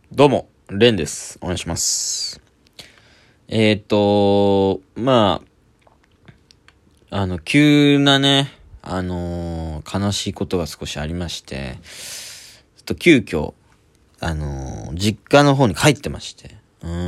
どうも、レンです。お願いします。ま急なね、悲しいことが少しありまして、急遽、実家の方に帰ってまして、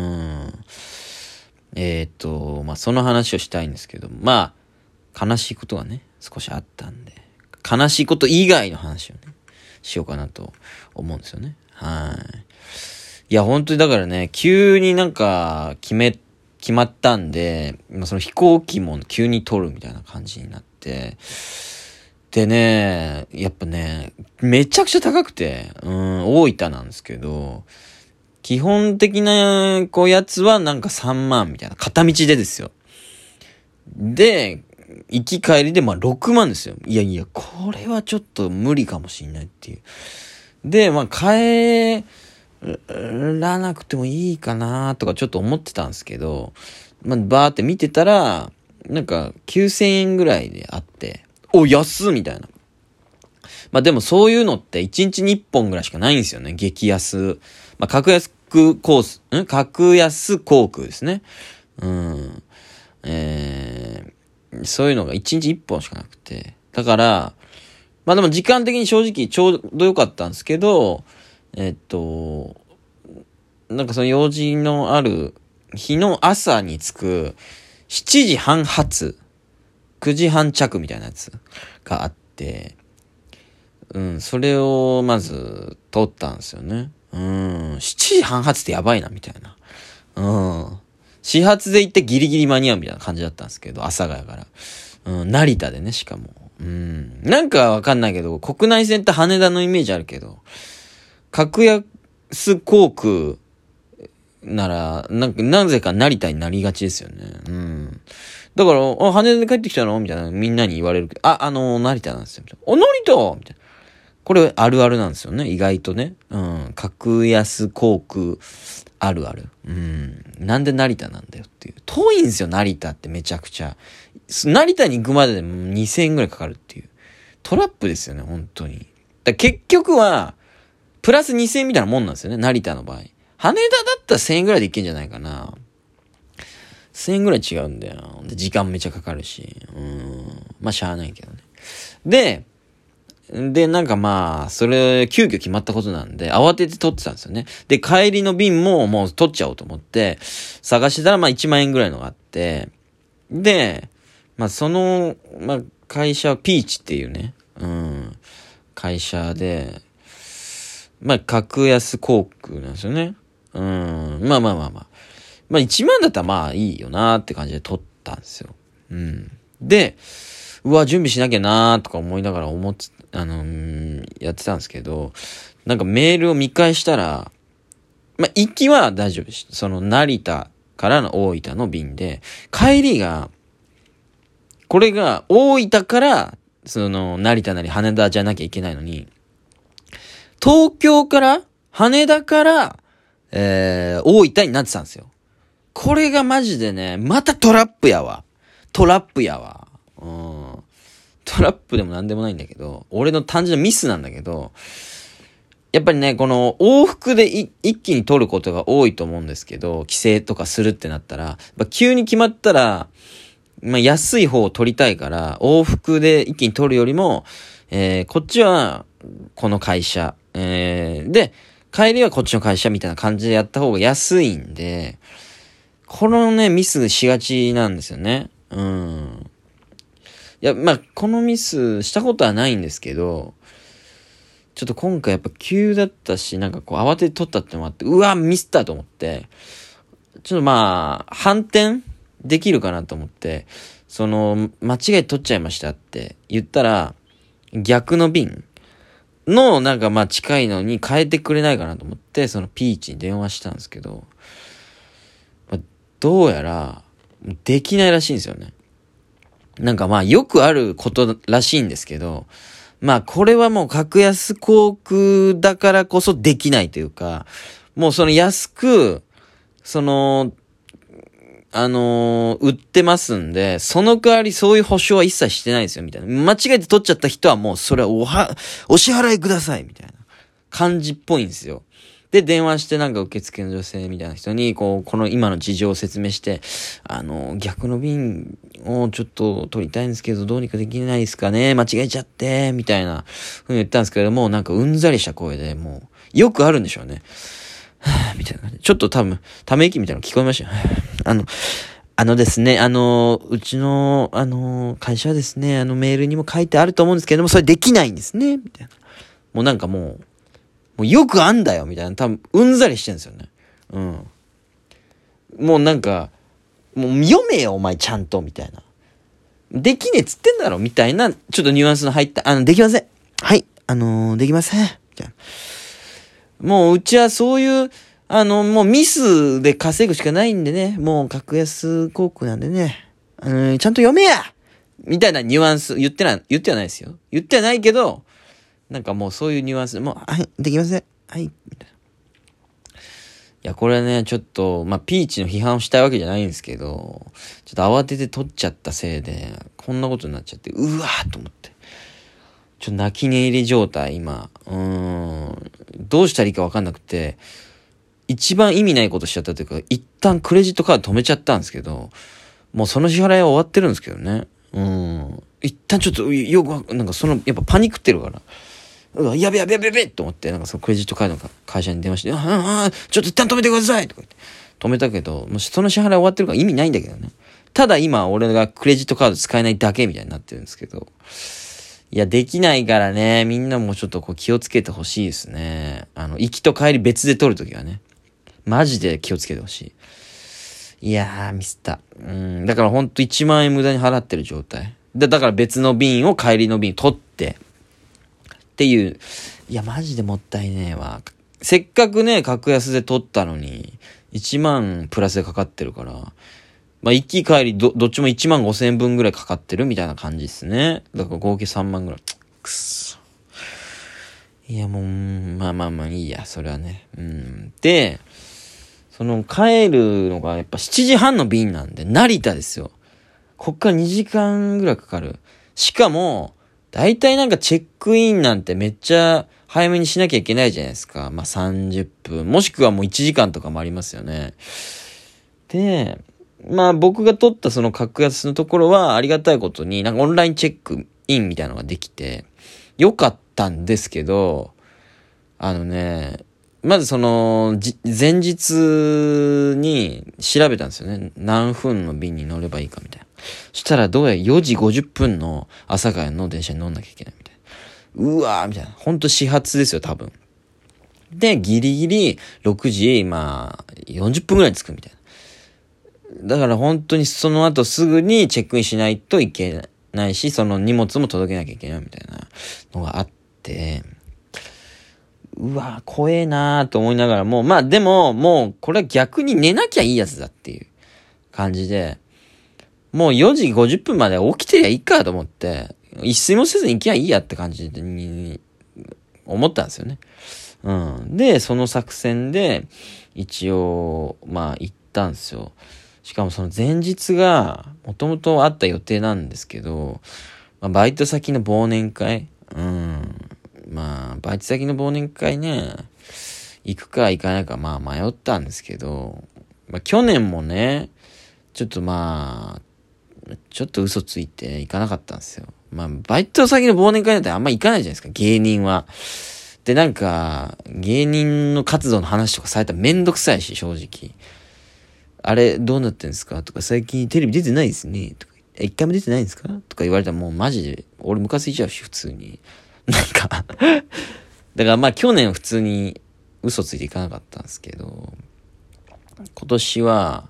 その話をしたいんですけど、悲しいことがね、少しあったんで、悲しいこと以外の話をね、しようかなと思うんですよね。はい。いや、本当にだからね、急になんか決まったんで、その飛行機も急に取るみたいな感じになって、でね、やっぱね、めちゃくちゃ高くて、大分なんですけど、基本的な、やつはなんか3万みたいな、片道でですよ。で、行き帰りで6万ですよ。いやいや、これはちょっと無理かもしんないっていう。で、帰らなくてもいいかなとかちょっと思ってたんですけど、バーって見てたら、なんか9000円ぐらいであって、安っみたいな。でもそういうのって1日に1本ぐらいしかないんですよね。激安。格安格安航空ですね。そういうのが1日1本しかなくて。だから、でも時間的に正直ちょうど良かったんですけど、なんかその用事のある日の朝に着く7時半発、9時半着みたいなやつがあって、それをまず取ったんですよね。7時半発ってやばいな、みたいな。始発で行ってギリギリ間に合うみたいな感じだったんですけど、阿佐ヶ谷から。成田でね、しかも。なんかわかんないけど、国内線って羽田のイメージあるけど、格安航空なら、なぜか成田になりがちですよね。だから、羽田で帰ってきたのみたいな、みんなに言われるけど、成田なんですよ。成田みたいな。これあるあるなんですよね、意外とね。格安航空あるある。なんで成田なんだよっていう。遠いんですよ、成田ってめちゃくちゃ。成田に行くまででも2000円ぐらいかかるっていう。トラップですよね、本当に。結局は、プラス2000円みたいなもんなんですよね、成田の場合。羽田だったら1000円ぐらいで行けんじゃないかな。1000円ぐらい違うんだよ。で、時間めちゃかかるし。しゃあないけどね。で、それ、急遽決まったことなんで、慌てて取ってたんですよね。で、帰りの便ももう取っちゃおうと思って、探してたら1万円ぐらいのがあって、で、その、会社はピーチっていうね、会社で、格安航空なんですよね。1万だったらいいよなーって感じで取ったんですよ。で、準備しなきゃなーとか思いながらやってたんですけど、なんかメールを見返したら、行きは大丈夫です。その成田からの大分の便で、帰りが、これが大分から、成田なり羽田じゃなきゃいけないのに、東京から羽田から、大分になってたんですよ。これがマジでね、またトラップやわ。トラップでもなんでもないんだけど、俺の単純なミスなんだけど、やっぱりね、この往復で一気に取ることが多いと思うんですけど、帰省とかするってなったら、急に決まったら、安い方を取りたいから、往復で一気に取るよりも、こっちはこの会社、で、帰りはこっちの会社みたいな感じでやった方が安いんで、このね、ミスしがちなんですよね。いや、このミスしたことはないんですけど、ちょっと今回やっぱ急だったし、慌てて取ったってのもあって、ミスったと思って、ちょっと反転できるかなと思って、間違え取っちゃいましたって言ったら、逆の便の近いのに変えてくれないかなと思って、そのピーチに電話したんですけど、どうやら、できないらしいんですよね。よくあることらしいんですけど、これはもう格安航空だからこそできないというか、もう安く、売ってますんで、その代わりそういう保証は一切してないですよ、みたいな。間違えて取っちゃった人はもうそれはお支払いください、みたいな感じっぽいんですよ。 で、電話してなんか受付の女性みたいな人に、この今の事情を説明して、逆の便をちょっと取りたいんですけど、どうにかできないですかね、間違えちゃって、みたいなふうに言ったんですけども、なんかうんざりした声で、もう、よくあるんでしょうね。はぁみたいな感じ。ちょっと多分、ため息みたいなの聞こえましたよ。ですね、うちの、会社はですね、メールにも書いてあると思うんですけども、それできないんですね、みたいな。もうなんかもうよくあんだよ、みたいな。多分、うんざりしてるんですよね。うん。もうなんか、もう読めよ、お前ちゃんと、みたいな。できねえっつってんだろ、みたいな、ちょっとニュアンスの入った、できません。はい、できません。みたいな。もう、うちはそういう、もうミスで稼ぐしかないんでね、もう格安航空なんでね、ちゃんと読めやみたいなニュアンス、言ってはないですよ。言ってはないけど、なんかもうそういうニュアンス、もう、はい、できません。はい、みたいな。いや、これはね、ちょっと、ピーチの批判をしたいわけじゃないんですけど、ちょっと慌てて取っちゃったせいで、こんなことになっちゃって、うわーと思って。ちょっと泣き寝入り状態、今。どうしたらいいかわかんなくて、一番意味ないことしちゃったというか、一旦クレジットカード止めちゃったんですけど、もうその支払いは終わってるんですけどね。一旦ちょっと、なんかやっぱパニックってるから。やべと思って、なんかそのクレジットカードの会社に電話して、ちょっと一旦止めてくださいとか言って。止めたけど、もうその支払い終わってるから意味ないんだけどね。ただ今、俺がクレジットカード使えないだけみたいになってるんですけど。いや、できないからね、みんなもちょっと気をつけてほしいですね。行きと帰り別で取るときはね。マジで気をつけてほしい。いやー、ミスった。だからほんと1万円無駄に払ってる状態。だから別の便を帰りの便取って、っていう。いや、マジでもったいねえわ。せっかくね、格安で取ったのに、1万プラスでかかってるから、行き帰りどっちも1万5千円分ぐらいかかってるみたいな感じですね。だから合計3万ぐらい。くっそ。いや、もう、いいや、それはね。で、帰るのがやっぱ7時半の便なんで、成田ですよ。こっから2時間ぐらいかかる。しかも、だいたいなんかチェックインなんてめっちゃ早めにしなきゃいけないじゃないですか。30分。もしくはもう1時間とかもありますよね。で、僕が取ったその格安のところはありがたいことになんかオンラインチェックインみたいなのができて、よかったんですけど、まず前日に調べたんですよね。何分の便に乗ればいいかみたいな。そしたらどうやら4時50分の朝帰りの電車に乗んなきゃいけないみたいな。うわーみたいな。ほんと始発ですよ、多分。で、ギリギリ6時、40分ぐらいに着くみたいな。だから本当にその後すぐにチェックインしないといけないし、その荷物も届けなきゃいけないみたいなのがあって、うわ怖えなーと思いながらも、でも、もう、これは逆に寝なきゃいいやつだっていう感じで、もう4時50分まで起きてりゃいいかと思って、一睡もせずに行きゃいいやって感じに思ったんですよね。で、その作戦で、一応、行ったんですよ。しかもその前日が、もともとあった予定なんですけど、バイト先の忘年会バイト先の忘年会ね、行くか行かないか迷ったんですけど、去年もね、ちょっと嘘ついて行かなかったんですよ。バイト先の忘年会なんてあんま行かないじゃないですか、芸人は。で、なんか、芸人の活動の話とかされたらめんどくさいし、正直。あれ、どうなってんですかとか、最近テレビ出てないですねとか、一回も出てないんですかとか言われたらもうマジで、俺ムカついちゃうし、普通に。なんかだから去年普通に嘘ついていかなかったんですけど、今年は、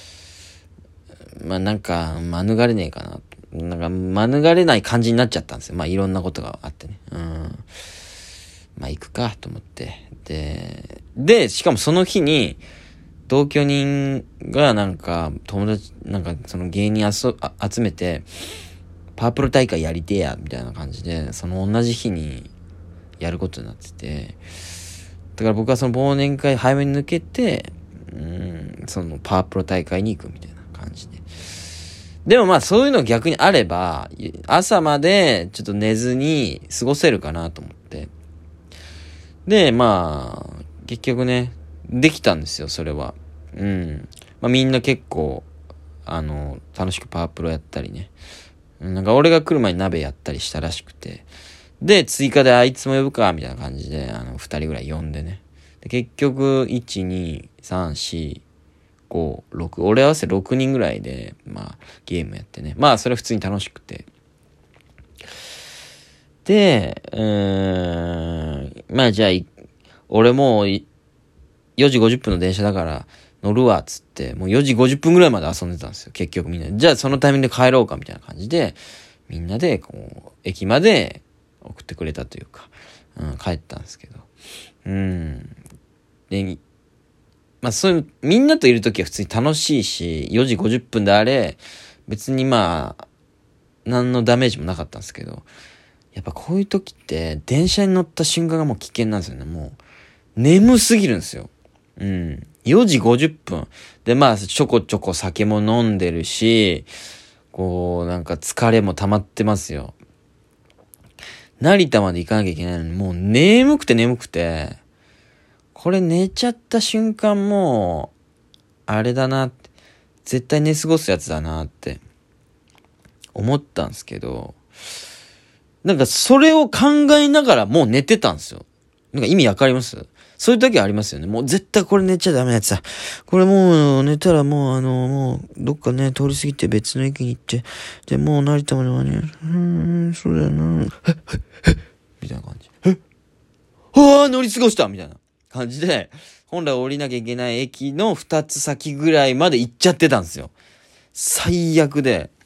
なんか、免れねえかな。なんか、免れない感じになっちゃったんですよ。いろんなことがあってね。行くか、と思って。で、しかもその日に、同居人がなんか、友達、なんかその芸人集めて、パワープロ大会やりてえや、みたいな感じで、その同じ日にやることになってて、だから僕はその忘年会早めに抜けて、そのパワープロ大会に行くみたいな感じで。でもそういうの逆にあれば、朝までちょっと寝ずに過ごせるかなと思って。で、 結局ね、できたんですよ、それは。まあ、みんな結構、楽しくパワープロやったりね。なんか俺が来る前に鍋やったりしたらしくて。で、追加であいつも呼ぶか、みたいな感じで、二人ぐらい呼んでね。で結局、1、2、3、4、5、6、俺合わせ6人ぐらいで、まあ、ゲームやってね。まあ、それ普通に楽しくて。で、まあじゃあ、俺もう4時50分の電車だから乗るわ、つって、もう4時50分ぐらいまで遊んでたんですよ、結局みんな。じゃあそのタイミングで帰ろうか、みたいな感じで、みんなで、こう、駅まで送ってくれたというか、帰ったんですけど。で、まあそういう、みんなといるときは普通に楽しいし、4時50分であれ、別にまあ、何のダメージもなかったんですけど、やっぱこういう時って、電車に乗った瞬間がもう危険なんですよね。もう、眠すぎるんですよ。4時50分。で、まあ、ちょこちょこ酒も飲んでるし、こう、なんか疲れも溜まってますよ。成田まで行かなきゃいけないのに、もう眠くて、これ寝ちゃった瞬間もう、あれだなって、絶対寝過ごすやつだなって思ったんですけど、なんかそれを考えながらもう寝てたんですよ。なんか意味わかります？そういう時ありますよね。もう絶対これ寝ちゃダメなやつだ。これもう寝たらもうもうどっかね、通り過ぎて別の駅に行って、で、もう成田まではね、そうだよな、みたいな感じ。乗り過ごしたみたいな感じで、本来降りなきゃいけない駅の2つ先ぐらいまで行っちゃってたんですよ。最悪で。